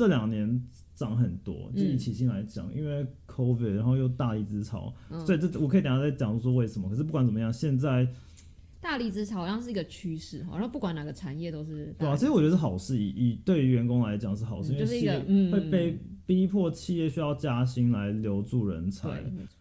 这2年涨很多，就以起薪来讲，因为 COVID， 然后又大离职潮，所以这我可以等一下再讲说为什么。可是不管怎么样，现在大离职潮好像是一个趋势，好像不管哪个产业都是大离职潮。 对啊，其实我觉得是好事，对于员工来讲是好事，因为就是一个会被逼迫企业需要加薪来留住人才。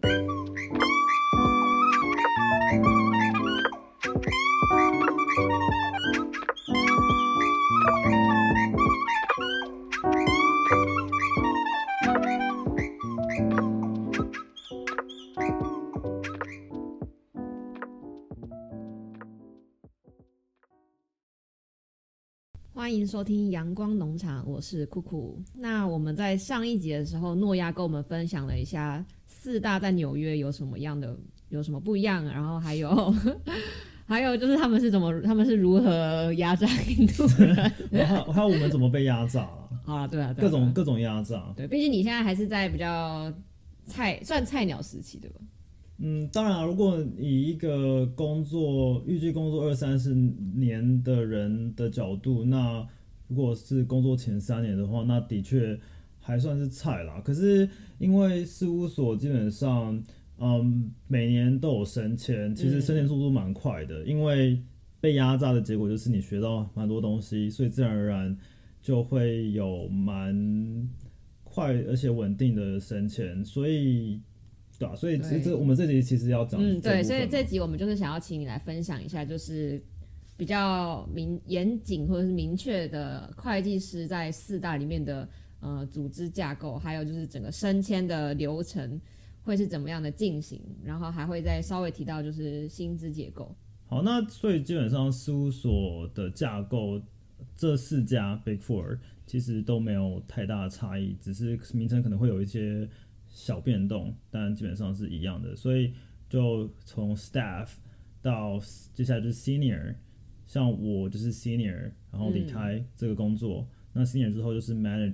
欢迎收听阳光农场，我是酷酷。那我们在上一集的时候，诺亚跟我们分享了一下4大在纽约有什么不一样，然后还有就是他们是如何压榨印度人， 还有我们怎么被压榨了？ 啊，对啊， 各种压榨。 对，毕竟你现在还是在比较算菜鸟时期，对吧？ 当然如果以一个预计工作20-30年的人的角度，那如果是工作前3年的话，那的确还算是菜啦。可是因为事务所基本上，每年都有升迁，其实升迁速度蛮快的，因为被压榨的结果就是你学到蛮多东西，所以自然而然就会有蛮快而且稳定的升迁，所以。对啊，所以我们这集其实要讲对，所以这集我们就是想要请你来分享一下，就是比较严谨或者是明确的会计师在4大里面的组织架构，还有就是整个升迁的流程会是怎么样的进行，然后还会再稍微提到就是薪资结构。 好，那所以基本上事务所的架构，这4家 Big Four 其实都没有太大的差异，只是名称可能会有一些小变动，但基本上是一样的。所以就从 staff 到接下来就是 senior， 像我就是 senior， 然后离开这个工作，那 senior 之后就是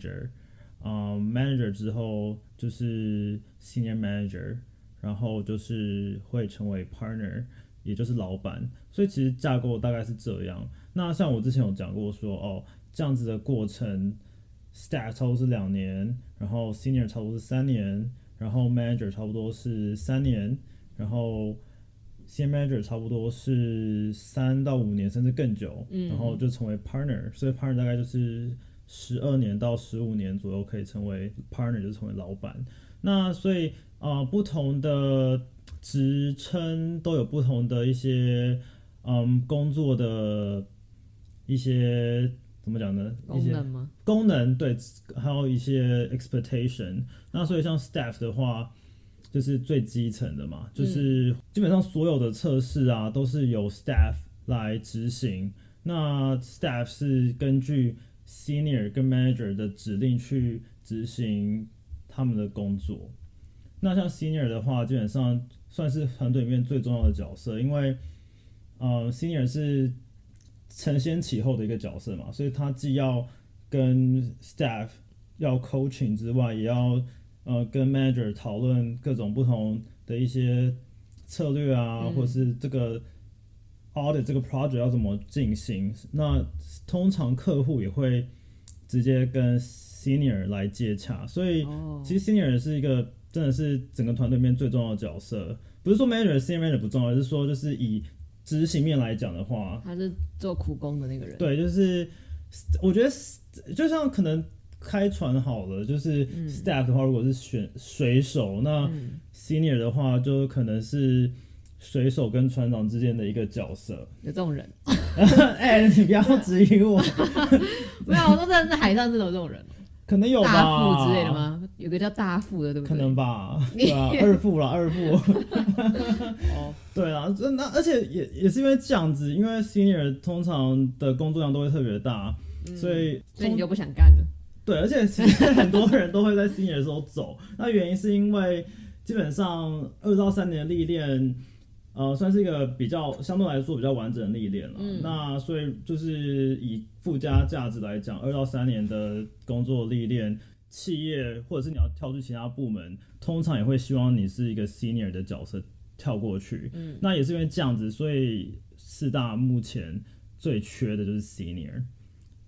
manager，manager 之后就是 senior manager， 然后就是会成为 partner， 也就是老板。所以其实架构大概是这样。那像我之前有讲过说，这样子的过程。Staff 差不多是2年，然后 Senior 差不多是3年，然后 Manager 差不多是3年，然后 Senior Manager 差不多是3到5年甚至更久，然后就成为 Partner， 所以 Partner 大概就是12年到15年左右可以成为 Partner， 就成为老板。那所以不同的职称都有不同的一些工作的一些。怎么讲呢？ 功能吗？ 功能对，还有一些 expectation。那所以像 staff 的话，就是最基层的嘛，就是基本上所有的测试啊，都是由 staff 来执行。那 staff 是根据 senior 跟 manager 的指令去执行他们的工作。那像 senior 的话，基本上算是团队里面最重要的角色，因为senior 是承先启后的一个角色嘛，所以他既要跟 staff 要 coaching 之外，也要跟 manager 讨论各种不同的一些策略啊，或者是这个 audit 这个 project 要怎么进行。那通常客户也会直接跟 senior 来接洽，所以其实 senior 是一个真的是整个团队里面最重要的角色。不是说 senior manager 不重要，而是说就是以执行面来讲的话， 他是做苦工的那个人。 对，就是我觉得就像可能开船好了，就是 staff 的话，如果是选水手，那 senior 的话就可能是水手跟船长之间的一个角色。 有这种人？ 你不要质疑我。 没有，我说真的是海上真的有这种人。 可能有吧， 大副之类的吗？有个叫大副的，对不对？ 可能吧，对啊，二副。对啊，那而且也是因为这样子，因为 senior 通常的工作量都会特别大，所以你就不想干了。 对，而且其实很多人都会在 senior 的时候走，那原因是因为基本上2到3年的历练。算是一个相对来说比较完整的历练了。那所以就是以附加价值来讲，2到3年的工作历练，企业或者是你要跳去其他部门，通常也会希望你是一个 senior 的角色跳过去。那也是因为这样子，所以4大目前最缺的就是 senior。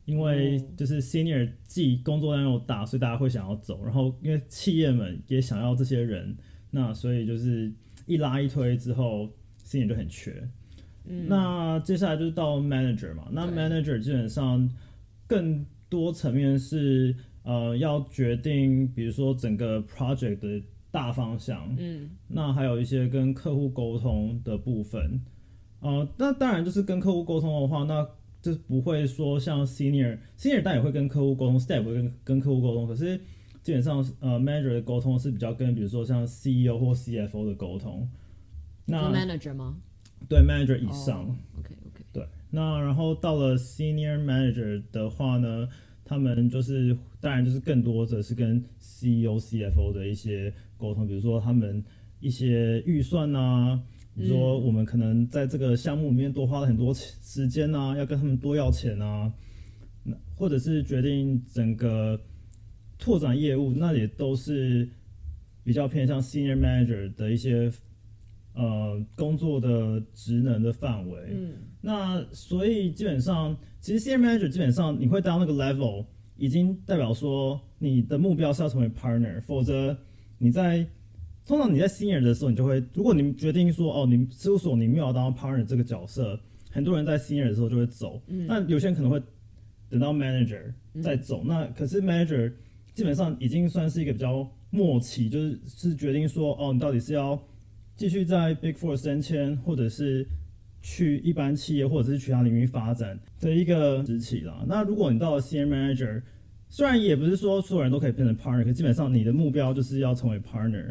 因为就是 senior 既工作量又大，所以大家会想要走，然后因为企业们也想要这些人，那所以就是一拉一推之后 senior 就很缺。那接下来就是到 manager 嘛，那 manager 基本上更多层面是要决定，比如说整个 project 的大方向，那还有一些跟客户沟通的部分，那当然就是跟客户沟通的话，那就是不会说像 senior 当然也会跟客户沟通 ，staff 会跟客户沟通，可是基本上manager 的沟通是比较跟比如说像 CEO 或 CFO 的沟通。那 manager 吗？ 对 manager 以上。 OK。 对，那然后到了 senior manager 的话呢，他们就是当然就是更多的是跟 CEO、CFO 的一些沟通，比如说他们一些预算啊，比如说我们可能在这个项目里面多花了很多时间啊，要跟他们多要钱啊，或者是决定整个拓展业务，那也都是比较偏向 senior manager 的一些工作的职能的范围。那所以基本上，其实 senior manager 基本上你会到那个 level， 已经代表说你的目标是要成为 partner， 否则通常你在 senior 的时候，你就会，如果你决定说你事务所你没有要当 partner 这个角色，很多人在 senior 的时候就会走。那有些人可能会等到 manager 再走。那可是 manager 基本上已经算是一个比较末期，就是决定说你到底是要继续在 Big Four 升迁，或者是去一般企业或者是其他领域发展的一个时期啦。那如果你到了 Senior Manager， 虽然也不是说所有人都可以变成 Partner， 可基本上你的目标就是要成为 Partner。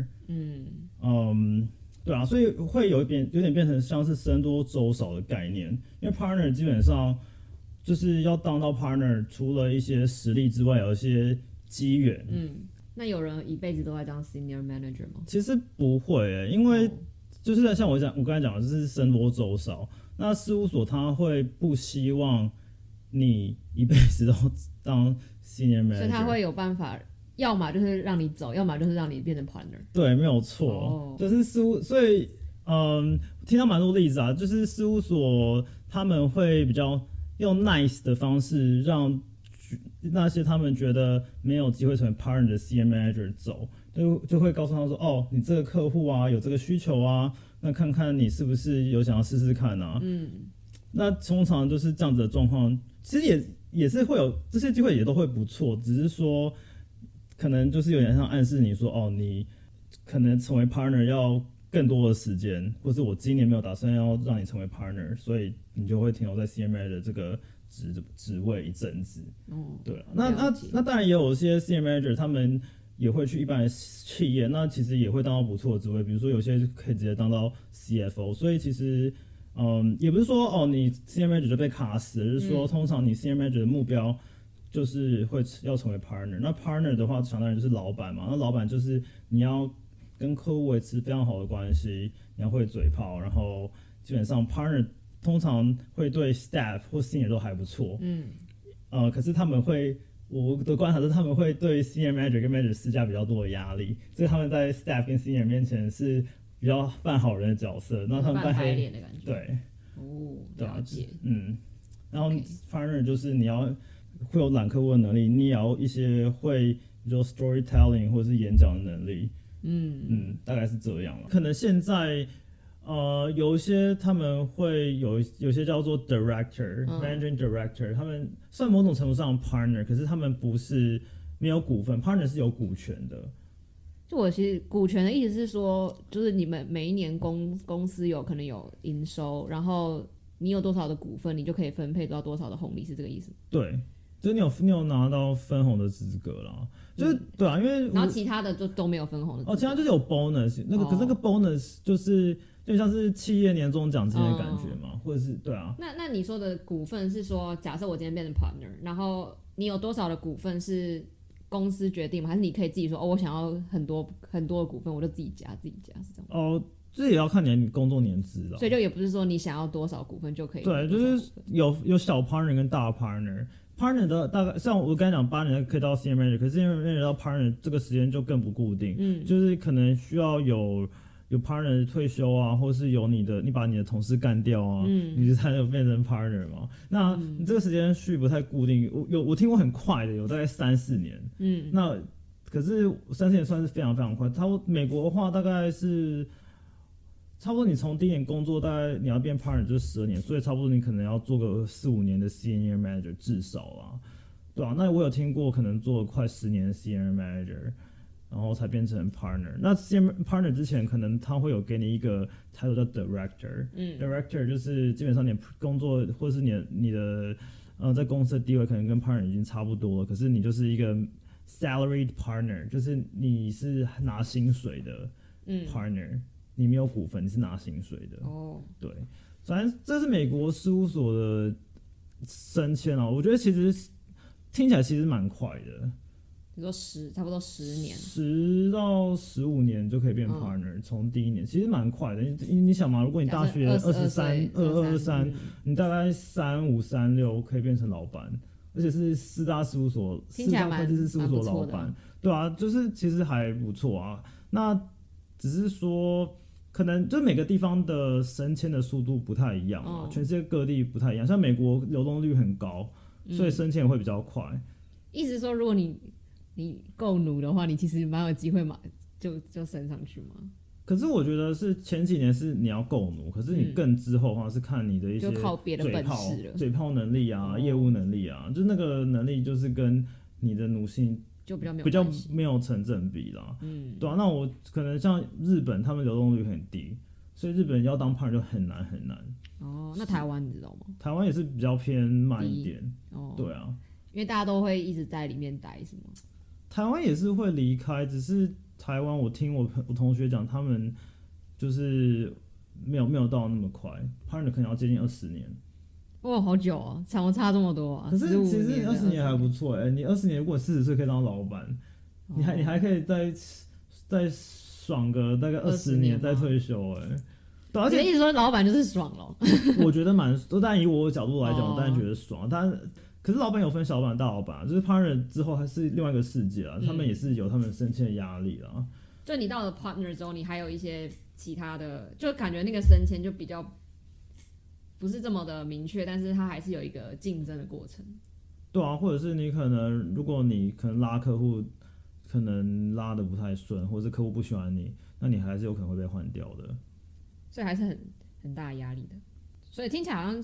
对啊，所以会有点变成像是僧多粥少的概念，因为 Partner 基本上就是要当到 Partner， 除了一些实力之外，有一些机缘。 那有人一辈子都在当 Senior Manager 吗？ 其实不会因为就是像我刚才讲的，就是僧多粥少。那事务所他会不希望你一辈子都当 senior manager， 所以他会有办法，要么就是让你走，要么就是让你变成 partner。 对，没有错。就是所以听到蛮多例子啊，就是事务所他们会比较用 nice 的方式让那些他们觉得没有机会成为 partner 的 senior manager 走。就会告诉他说，你这个客户啊有这个需求啊，那看看你是不是有想要试试看啊。那通常就是这样子的状况，其实也是会有这些机会，也都会不错，只是说可能就是有点像暗示你说，你可能成为 partner 要更多的时间，或是我今年没有打算要让你成为 partner， 所以你就会停留在 senior manager 这个职位一阵子。对，那当然也有一些 senior manager 他们也会去一般的企业，那其实也会当到不错的职位，比如说有些可以直接当到 CFO， 所以其实也不是说你 senior manager 就被卡死，而是说通常你 senior manager 的目标就是会要成为 partner， 那 partner 的话当然就是老板嘛，那老板就是你要跟客户维持非常好的关系，你要会嘴炮，然后基本上 partner 通常会对 staff 或 senior 都还不错。可是他们会，我的观察是他们会对 senior manager 跟 manager 施加比较多的压力，所以他们在 staff 跟 senior 面前是比较扮好人的角色，那他们扮黑脸的感觉。 对， 了解。 然后 partner 就是你要会有揽客户的能力，你也要一些会比如说 storytelling 或者是演讲的能力。大概是这样了。可能现在有一些他们会有些叫做 director、managing director， 他们算某种程度上 partner， 可是他们不是没有股份 ，partner 是有股权的。 就我其实股权的意思是说，就是你们每一年公司有可能有营收，然后你有多少的股份，你就可以分配到多少的红利，是这个意思？ 对，就是你有拿到分红的资格啦。就是对啊，因为然后其他的就都没有分红的资格。 其他就是有 bonus， 可是那个 bonus 就是就像是企业年终奖金的感觉嘛，或者是对啊。 那你说的股份是说，假设我今天变成 partner， 然后你有多少的股份是公司决定吗？还是你可以自己说，我想要很多很多的股份，我就自己加是这样？ 这也要看你的工作年资了。 所以就也不是说你想要多少股份就可以。 对，就是有小 partner 跟大 partner。partner 的大概像我刚才讲8年可以到 senior manager， 可是 senior manager 到 partner 这个时间就更不固定。就是可能需要有有 partner 退休啊，或是有你把你的同事干掉啊，你才有变成 partner 嘛。那你这个时间序不太固定，我听过很快的，有大概3-4年。那可是3-4年算是非常非常快。美国的话大概是差不多，你从第一年工作大概你要变 partner 就是12年，所以差不多你可能要做个4-5年的 senior manager 至少啦，对啊，那我有听过可能做了快10年的 senior manager。然后才变成 partner。那 partner 之前，可能他会有给你一个 title 叫 director。director 就是基本上你工作或是你的在公司的地位可能跟 partner 已经差不多了，可是你就是一个 salaried partner， 就是你是拿薪水的 partner，你没有股份，你是拿薪水的。对，反正这是美国事务所的升迁啊，我觉得其实听起来其实蛮快的。 你说差不多10年 ，10到15年就可以变 partner，从第一年其实蛮快的。你想嘛，如果你大学22、23，你大概35、36可以变成老板，而且是4大事务所、4大会计师事务所老板，对啊，就是其实还不错啊。那只是说，可能就每个地方的升迁的速度不太一样嘛，全世界各地不太一样。像美国流动率很高，所以升迁也会比较快。 意思说，如果你够努的话，你其实蛮有机会嘛，就升上去嘛。 可是我觉得是前几年是你要够努，可是你更之后的话是看你的一些就靠别的本事了， 嘴炮能力啊，业务能力啊，就那个能力就是跟你的努性就比较没有成正比啦。对啊，那我可能像日本，他们流动率很低，所以日本要当 partner 就很难很难。 那台湾你知道吗？ 台湾也是比较偏慢一点。对啊， 因为大家都会一直在里面待，是吗？ 台湾也是会离开，只是台湾我听我同学讲，他们就是没有到那么快 ，partner 可能要接近20年。 哇，好久哦，差这么多啊！ 可是其实20年还不错你20年如果40岁可以当老板，你还可以再爽个大概20年再退休对，而且你的意思说老板就是爽了？ 我觉得但以我的角度来讲，我当然觉得爽，可是老板有分小老板大老板，就是 partner 之后还是另外一个世界他们也是有他们升迁的压力啦。 就你到了 partner 之后，你还有一些其他的，就感觉那个升迁就比较不是这么的明确，但是它还是有一个竞争的过程。 对啊，或者是你可能如果你可能拉客户可能拉得不太顺，或者是客户不喜欢你，那你还是有可能会被换掉的。 所以还是很大的压力的。所以听起来好像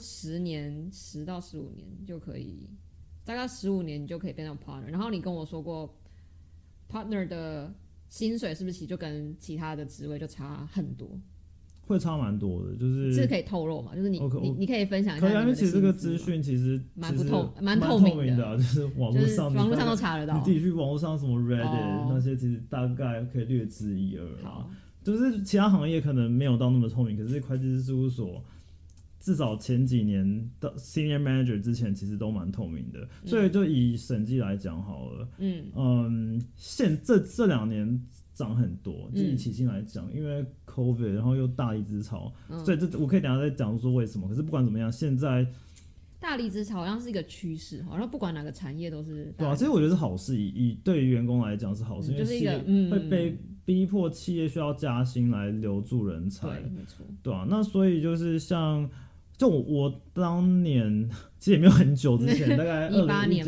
10到15年就可以，大概15年你就可以变成 partner。然后你跟我说过 ，partner 的薪水是不是其实就跟其他的职位就差很多？ 会差蛮多的，就是可以透露嘛？就是你可以分享一下。可以，因为其实这个资讯其实蛮透明的就是网络上都查得到。 你自己去网络上什么 Reddit、那些，其实大概可以略知一二啦。就是其他行业可能没有到那么透明，可是会计师事务所至少前几年到 senior manager 之前其实都蛮透明的，所以就以审计来讲好了，这2年涨很多，就以起薪来讲，因为 COVID 然后又大离职潮，所以我可以等一下再讲说为什么。可是不管怎么样，现在大离职潮好像是一个趋势，好像不管哪个产业都是。 对啊，其实我觉得是好事，对于员工来讲是好事，因为就是一个会被逼迫企业需要加薪来留住人才， 对，没错， 对啊，那所以就是就我当年其实也没有很久之前，大概 2018年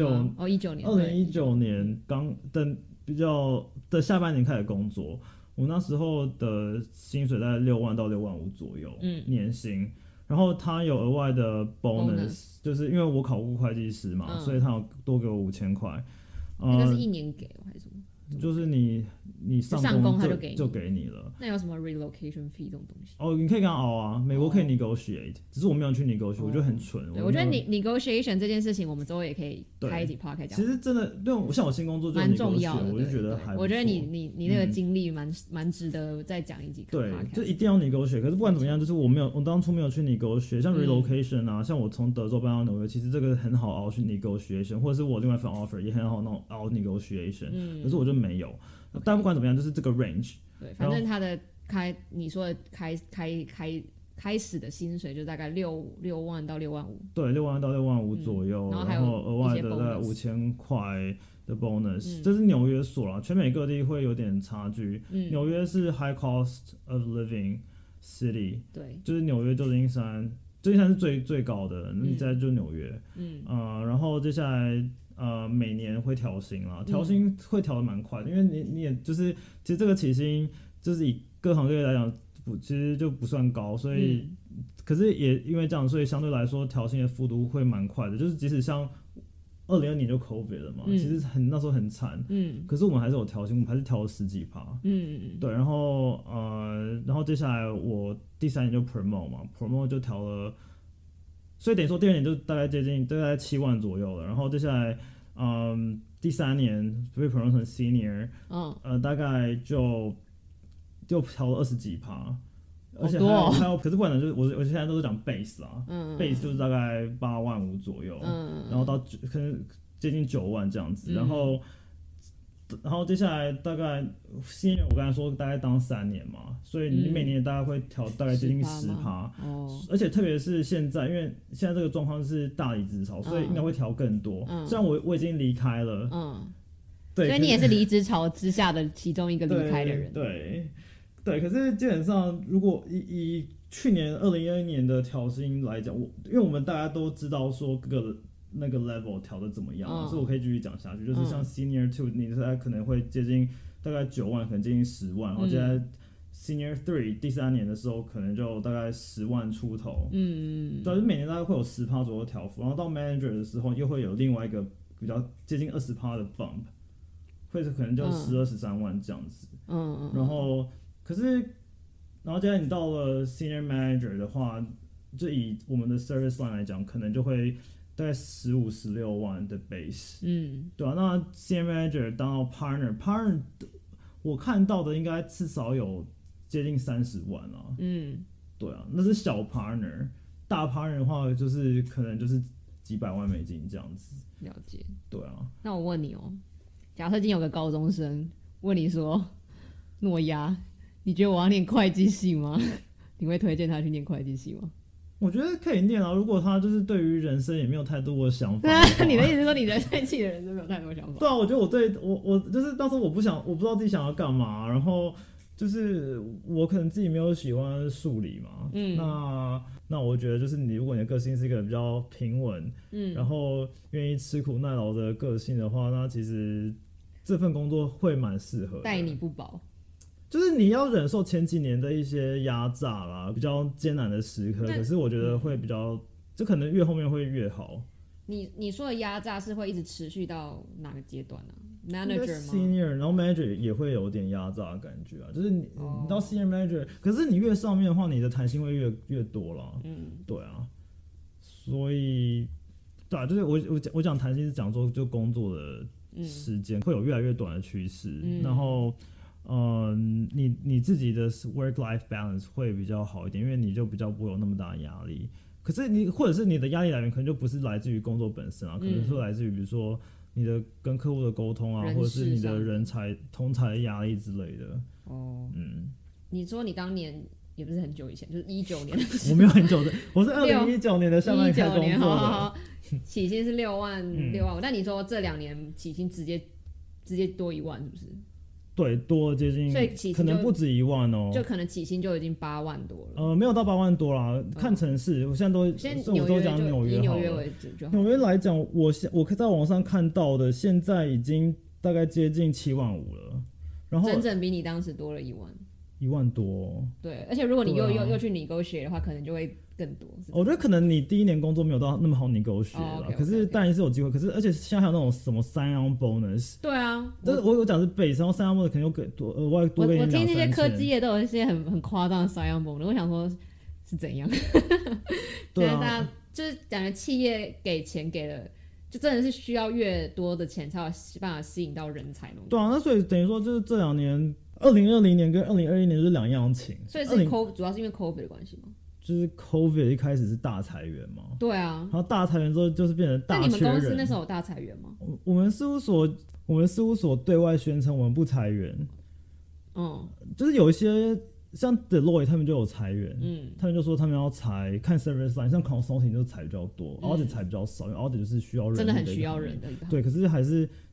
2019年刚比较的下半年开始工作，我那时候的薪水大概6万到6万5左右，年薪。然后他有额外的 bonus， 就是因为我考过会计师嘛，所以他有多给我5000块。 那个是1年给还是什么？ 就是你上工他就给你了。 那有什么 relocation fee 这种东西？ 你可以跟他熬啊，美国可以 negotiate，只是我没有去 negotiate，我觉得很蠢。 对，我觉得negotiation 这件事情，我们之后也可以开一集 podcast 讲。 其实真的，像我新工作就蛮重要的， 我就觉得还不错。 我觉得你那个经历蛮值得再讲一集 podcast。 对，就一定要 negotiate。可是不管怎么样，就是我当初没有去 negotiate，像 relocation 啊，像我从德州搬到纽约，其实这个很好熬去 negotiation， 或者是我另外一份 offer 也很好熬 negotiation，可是我就没有。但不管怎么样，就是这个 range。 对，反正他的你说的开始的薪水就大概6万到6万5。 对，6万到6万5左右，然后额外的大概5000块的 bonus，这是纽约所啦，全美各地会有点差距。纽约是 high cost of living city， 对， 就是纽约、旧金山是最高的，你再就纽约，然后接下来每年会调薪啦，调薪会调的蛮快的，因为你也就是其实这个起薪就是以各行各业来讲，其实就不算高，所以可是也因为这样，所以相对来说调薪的幅度会蛮快的，就是即使像2020年就 COVID 了嘛，其实那时候很惨，可是我们还是有调薪，我们还是调了10几%，对，然后接下来我第3年就 promote 嘛 ，promote 就调了，所以等于说第2年就大概7万左右了，然后接下来第3年被 promote 成 senior，大概就调了20几%。而且还有，可是不管就是我现在都是讲 base 啦，base 就是大概8万5左右，然后到可能接近9万这样子，然后接下来大概新人我刚才说大概当3年嘛，所以你每年大概会调大概接近10%，而且特别是现在，因为现在这个状况是大离职潮，所以应该会调更多。虽然我已经离开了， 对，所以你也是离职潮之下的其中一个离开的人， 对，可是基本上，如果以去年2021年的调薪来讲，因为我们大家都知道说各个那个 level 调的怎么样，所以我可以继续讲下去。就是像 Senior 2，你大概可能会接近大概9万，可能接近10万，然后接下来 Senior 3第3年的时候，可能就大概10万出头。对，就每年大概会有10%左右调幅，然后到 Manager 的时候，又会有另外一个比较接近20%的 bump， 会可能就12、13万这样子。然后。可是，然后接下来你到了 senior manager 的话，就以我们的 service line 来讲，可能就会大概15、16万的 base，对啊，那 senior manager 当到 partner， 我看到的应该至少有接近30万啊，对啊，那是小 partner， 大 partner 的话就是可能就是几百万美金这样子。 了解， 对啊。 那我问你哦，假设今天有个高中生问你说，诺亚。你觉得我要念会计系吗？你会推荐他去念会计系吗？ 我觉得可以念啊，如果他就是对于人生也没有太多的想法。 你的意思是说你人生气的人生没有太多想法？ 对啊，我觉得我就是当时我不知道自己想要干嘛，然后就是我可能自己没有喜欢数理嘛，那我觉得就是如果你的个性是一个比较平稳，然后愿意吃苦耐劳的个性的话，那其实这份工作会蛮适合的， 待你不薄。 就是你要忍受前几年的一些压榨啦，比较艰难的时刻，可是我觉得会比较，就可能越后面会越好。 你说的压榨是会一直持续到哪个阶段呢？Manager 吗 ？Senior， 然后 Manager 也会有点压榨的感觉啊，就是你到 Senior Manager， 可是你越上面的话，你的弹性会越多啦。对啊，所以对啊，就是我讲弹性是讲说就工作的时间会有越来越短的趋势，然后。你自己的 work-life balance 会比较好一点，因为你就比较不会有那么大的压力。可是或者是你的压力来源可能就不是来自于工作本身啊，可能是来自于比如说你的跟客户的沟通啊，或者是你的人才同才的压力之类的。 你说你当年也不是很久以前，就是19年的时候， 我没有很久的，我是2019年的下半年开始工作的。 起薪是6万5，但你说这2年起薪直接多1万，是不是？ 对，多接近，所以起薪可能不止1万哦， 就可能起薪就已经8万多了。 没有到8万多啦，看城市，我现在都讲纽约好了。以纽约为主就好。纽约来讲，我在网上看到的，现在已经大概接近7万5了，然后整整比你当时多了1 万多。 对，而且如果你又去 negotiate 的话，可能就会更多。 我觉得可能你第1年工作没有到那么好 negotiate 啦，可是当然是有机会。可是而且现在还有那种什么sign-on bonus。 对啊， 我讲是 base， 然后 sign-on bonus 可能又额外多给你2-3千。 我听那些科技业都有一些很夸张的 sign-on bonus， 我想说是怎样？对啊，现在大家就是感觉企业给钱给了。就真的是需要越多的钱才有办法吸引到人才那种。 对啊，那所以等于说就是这2年，2020年跟2021年是2样情。 所以是主要是因为 COVID 的关系吗？ 就是 COVID 一开始是大裁员嘛。 对啊。 然后大裁员之后就是变成大缺人。 那你们公司那时候有大裁员吗？ 我们事务所对外宣称我们不裁员。就是有一些。像 Deloitte 他们就有裁员，他们就说他们要裁，看 service line， 像 consulting 就裁比较多，audit 裁比较少，因为 audit 就是需要人， 真的很需要人的。 对，可是还是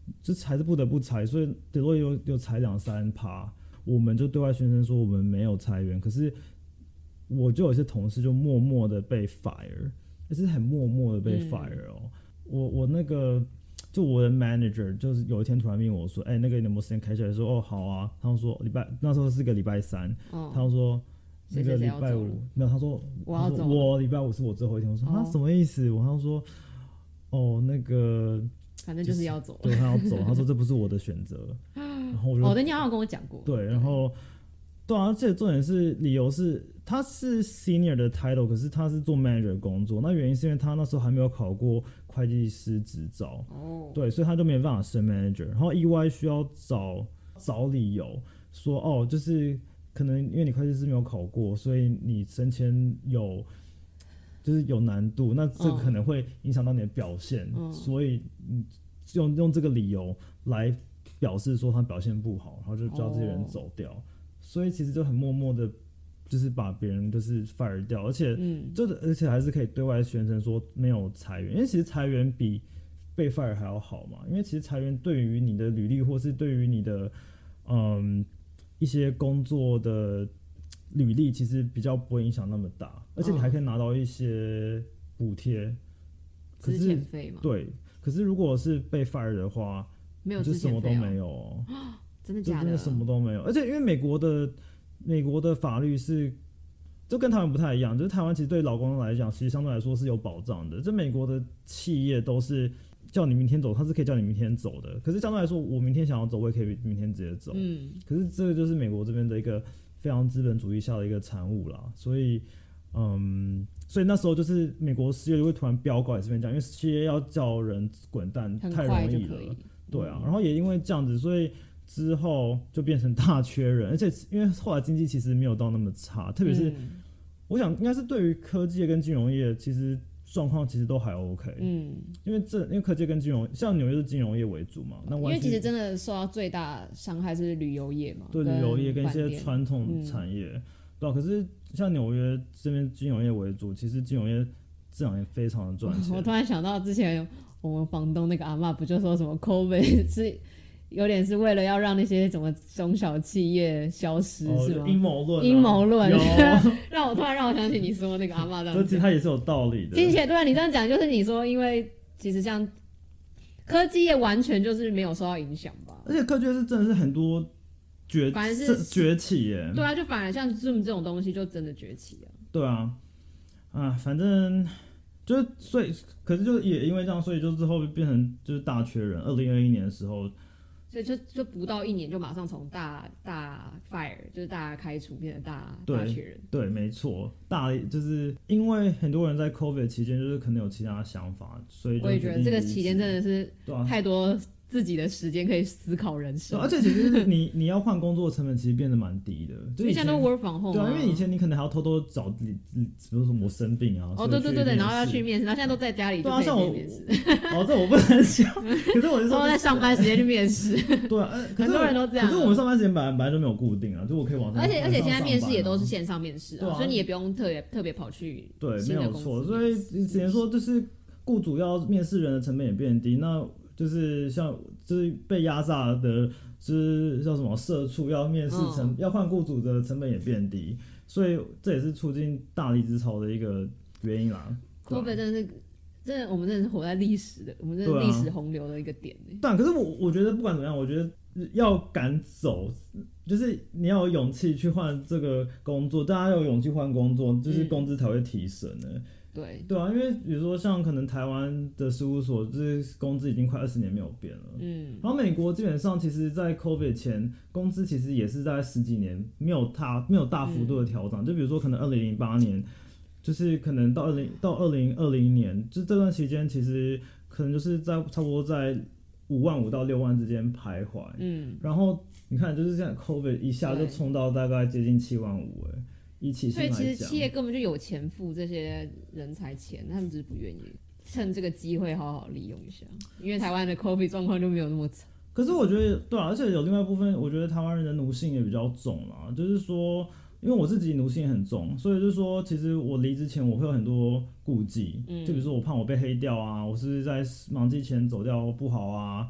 就还是不得不裁，所以德洛又裁2-3%，我们就对外宣称说我们没有裁员，可是我就有些同事就默默的被 fire， 也是很默默的被 fire 哦。我那个就我的 manager 就是有一天突然命我说，那个你有没有时间开起来？说好啊。他们说那时候是个礼拜3，他们说那个礼拜5没有，他说我礼拜5是我最后一天。我说什么意思？他说那个反正就是要走了， 对，他要走。他说这不是我的选择。然后我就对，你好像跟我讲过。 对，然后对啊，而且重点是理由是他是 senior 的 title， 可是他是做 manager 的工作。那原因是因为他那时候还没有考过会计师执照，对，所以他就没办法升 manager。然后 EY 需要找理由说就是可能因为你会计师没有考过，所以你升迁就是有难度，那这可能会影响到你的表现，所以用这个理由来表示说他表现不好，然后就叫这些人走掉。所以其实就很默默的，就是把别人就是 fire 掉，而且还是可以对外宣称说没有裁员，因为其实裁员比被 fire 还要好嘛。因为其实裁员对于你的履历或是对于你的一些工作的履历，其实比较不会影响那么大，而且你还可以拿到一些补贴， 资遣费嘛。 对，可是如果是被 fire 的话， 没有就什么都没有真的假的？ 就真的什么都没有。而且因为美国的法律是就跟台湾不太一样，就是台湾其实对劳工来讲，其实相对来说是有保障的。这美国的企业都是叫你明天走，他是可以叫你明天走的。可是相对来说，我明天想要走，我也可以明天直接走。可是这个就是美国这边的一个非常资本主义下的一个产物啦。所以那时候就是美国失业率会突然飙高，也是这边讲，因为企业要叫人滚蛋太容易了，对啊。然后也因为这样子，所以之后就变成大缺人，而且因为后来经济其实没有到那么差，特别是我想应该是对于科技业跟金融业，其实状况其实都还 OK。因为科技跟金融，像纽约是金融业为主嘛，那因为其实真的受到最大伤害是旅游业嘛， 对，旅游业跟一些传统产业，对啊。可是像纽约这边金融业为主，其实金融业这两年非常的赚钱。 我突然想到之前我们房东那个阿嬷不就说什么 COVID 是有点是为了要让那些什么中小企业消失，是吗？ 阴谋论， 阴谋论，让我想起你说那个阿嬷这样子， 其实它也是有道理的。 并且对啊，你这样讲就是你说，因为其实像科技业完全就是没有受到影响吧？ 而且科技业是真的是很多崛起耶。 对啊，就反而像 Zoom 这种东西就真的崛起啊。 对啊，反正就是所以，可是就也因为这样，所以就之后变成就是大缺人。2021年的时候。 所以就不到1年就马上从大 fire 就是大开除变成大缺人。 对，没错，就是因为很多人在 COVID 期间就是可能有其他想法，所以就我也觉得这个期间真的是太多自己的时间可以思考人生。 而且其实你要换工作的成本其实变得蛮低的， 就以前都 work from home 对啊，因为以前你可能还要偷偷找，比如说我生病啊， 对，然后要去面试，然后现在都在家里就可以面试。 这我不能想，可是我是说在上班时间去面试。 对啊， 很多人都这样。 可是我们上班时间本来就没有固定啊，就我可以往上。 而且现在面试也都是线上面试所以你也不用特别跑去新的公司。 对，没有错。所以只能说就是雇主要面试人的成本也变低，那就是就是被压榨的，就是叫什么社畜要面试要换雇主的成本也变低，所以这也是促进大离职潮的一个原因啦。 COVID 我们真的是活在历史的，我们真的历史洪流的一个点。 对，可是我觉得不管怎么样，我觉得要敢走，就是你要有勇气去换这个工作，大家要有勇气换工作，就是工资才会提升的。对啊，因为比如说像可能台湾的事务所，就是工资已经快20年没有变了。然后美国基本上其实在 COVID 前，工资其实也是在10几年没有大幅度的调整。就比如说可能2008年，就是可能到2020年，就这段期间其实可能就是差不多在55000到6万之间徘徊。然后你看就是这样 COVID 一下就冲到大概接近75000 所以其实企业根本就有钱付这些人才钱，他们只是不愿意趁这个机会好好利用一下，因为台湾的 COVID 状况就没有那么惨。 可是我觉得对啊，而且有另外一部分，我觉得台湾人的奴性也比较重啦，就是说，因为我自己奴性也很重，所以就是说，其实我离职前我会有很多顾忌，就比如说我怕我被黑掉啊，我是不是在忙季前走掉不好啊，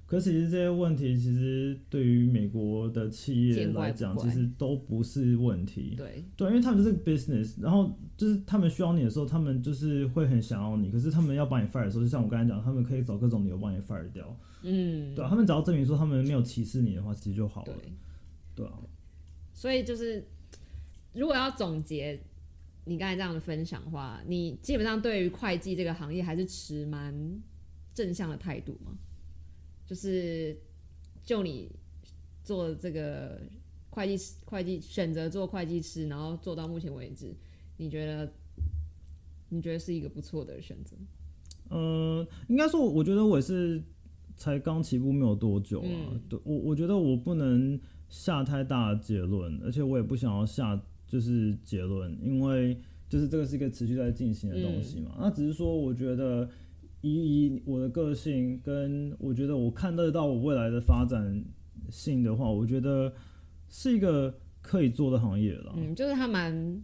可其实这些问题，其实对于美国的企业来讲，其实都不是问题。对，因为他们就是个 business， 然后就是他们需要你的时候，他们就是会很想要你。可是他们要把你 fire 的时候，就像我刚才讲，他们可以找各种理由把你 fire 掉。对啊，他们只要证明说他们没有歧视你的话，其实就好了。对啊。 所以就是如果要总结你刚才这样的分享的话，你基本上对于会计这个行业还是持蛮正向的态度吗？就是就你做这个会计选择做会计师，然后做到目前为止，你觉得是一个不错的选择？ 应该说，我觉得我也是才刚起步没有多久啊。对，我觉得我不能下太大的结论，而且我也不想要下就是结论，因为就是这个是一个持续在进行的东西嘛。那只是说，我觉得。以我的个性跟我觉得我看得到我未来的发展性的话，我觉得是一个可以做的行业啦。 就是它蛮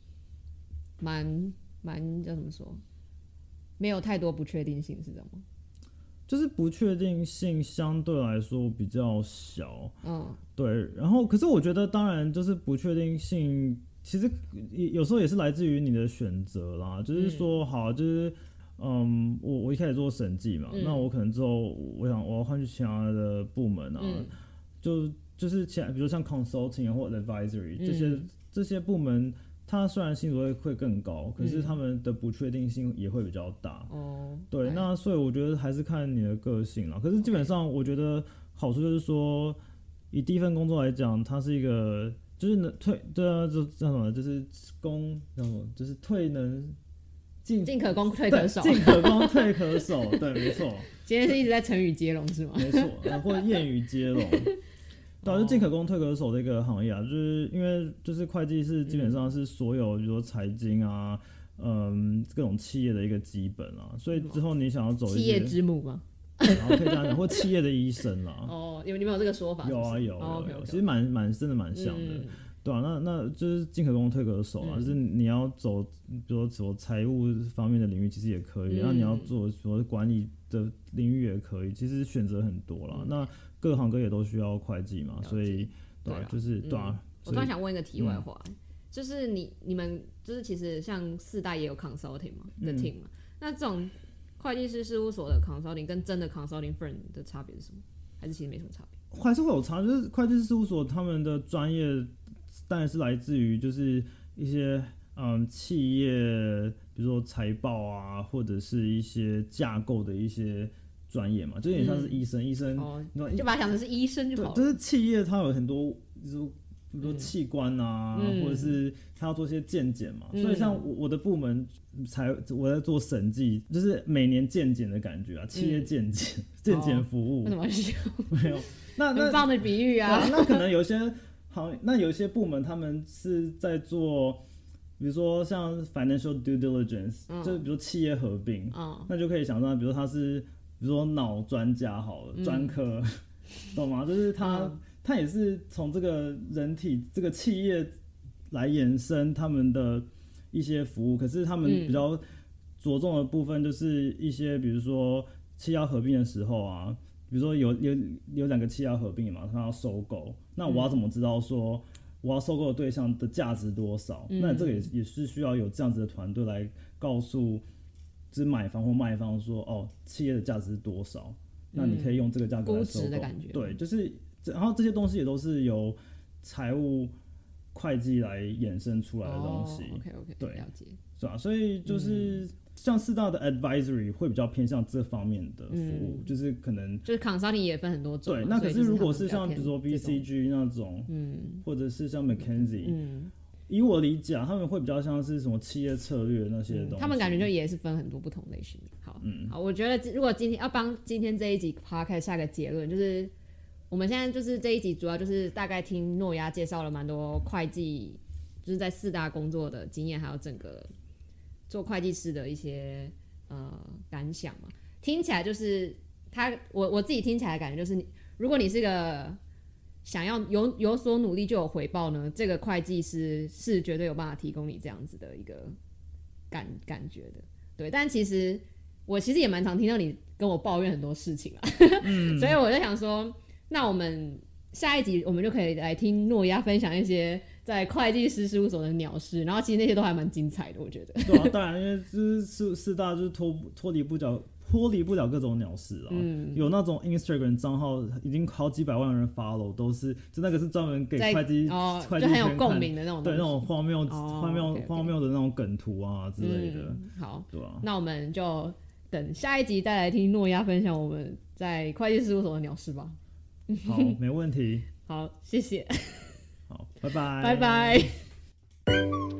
叫怎么说，没有太多不确定性，是这样吗？ 就是不确定性相对来说比较小。对。然后，可是我觉得，当然就是不确定性，其实有时候也是来自于你的选择啦。就是说，好，就是。我一开始做审计嘛，那我可能之后我要换去其他的部门啊，就是其他比如像 consulting 或 advisory 这些部门，它虽然薪水会更高，可是他们的不确定性也会比较大。对，那所以我觉得还是看你的个性啦。可是基本上我觉得好处就是说，以第一份工作来讲，它是一个就是能退，对啊，就叫什么，就是叫什么，就是退能。 进可攻退可守， 进可攻退可守，对，没错。 今天是一直在成语接龙是吗？ 没错，或者谚语接龙，对，就进可攻退可守的一个行业啊。就是因为就是会计是基本上是所有比如说财经啊，各种企业的一个基本啊，所以之后你想要走一些企业之母吗？ 然后可以这样讲，或企业的医生啦。 你们有这个说法？ 有啊有，其实真的蛮像的。对啊，那就是进可攻退可守啊，就是你要走，比如说走财务方面的领域，其实也可以。然后你要做说管理的领域也可以，其实选择很多啦。那各行各业都需要会计嘛，所以对啊，就是对啊。 我突然想问一个题外话，就是你们就是其实像四大也有 consulting 嘛的 team 嘛，那这种会计师事务所的 consulting 跟真的 consulting firm 的差别是什么？还是其实没什么差别？ 还是会有差，就是会计师事务所他们的专业。当然是来自于就是一些企业，比如说财报啊，或者是一些架构的一些专业嘛，就有点像是医生， 就把它想成是医生就好了。 就是企业它有很多，比如说器官啊，或者是它要做一些健检嘛，所以像我的部门我在做审计，就是每年健检的感觉啊，企业健检服务。 为什么笑？ 没有，那很棒的比喻啊。 那可能有些。好，那有些部门他们是在做，比如说像 financial due diligence，就比如企业合并，那就可以想象，比如他是，比如说脑专家好了，专科，懂吗？就是他也是从这个人体这个企业来延伸他们的一些服务，可是他们比较着重的部分就是一些，比如说企业合并的时候啊。比如说有两个企业要合并嘛，他要收购，那我要怎么知道说我要收购的对象的价值多少？那这个也是需要有这样子的团队来告诉，就是买方或卖方说，企业的价值是多少？那你可以用这个价格来收购。 估值的感觉。 对，就是然后这些东西也都是由财务会计来衍生出来的东西。 OK， 对， 了解。 是吧？所以就是。像四大的 advisory 会比较偏向这方面的服务，就是可能就是 consulting 也分很多种。 对，那可是如果是像比如说 BCG 那种，或者是像 McKinsey，以我理解，他们会比较像是什么企业策略那些东西。 他们感觉就也是分很多不同类型。好，我觉得如果今天要帮今天这一集 podcast 下个结论，就是我们现在就是这一集主要就是大概听诺亚介绍了蛮多会计，就是在四大工作的经验，还有整个。做会计师的一些感想嘛，听起来就是我自己听起来的感觉就是，如果你是个想要有所努力就有回报呢，这个会计师是绝对有办法提供你这样子的一个感觉的，对。但其实我其实也蛮常听到你跟我抱怨很多事情啊，所以我就想说，那我们下一集我们就可以来听诺亚分享一些在会计师事务所的鸟事，然后其实那些都还蛮精彩的，我觉得。 对啊，当然，因为就是四大就是脱离不了各种鸟事啊。有那种 Instagram 账号已经好几百万人 follow， 都是就那个是专门给会计就很有共鸣的那种， 对那种荒谬的那种梗图啊之类的。 好， 对啊， 那我们就等下一集再来听诺亚分享我们在会计事务所的鸟事吧。 好，没问题。 好，谢谢。 好，拜拜， 拜拜。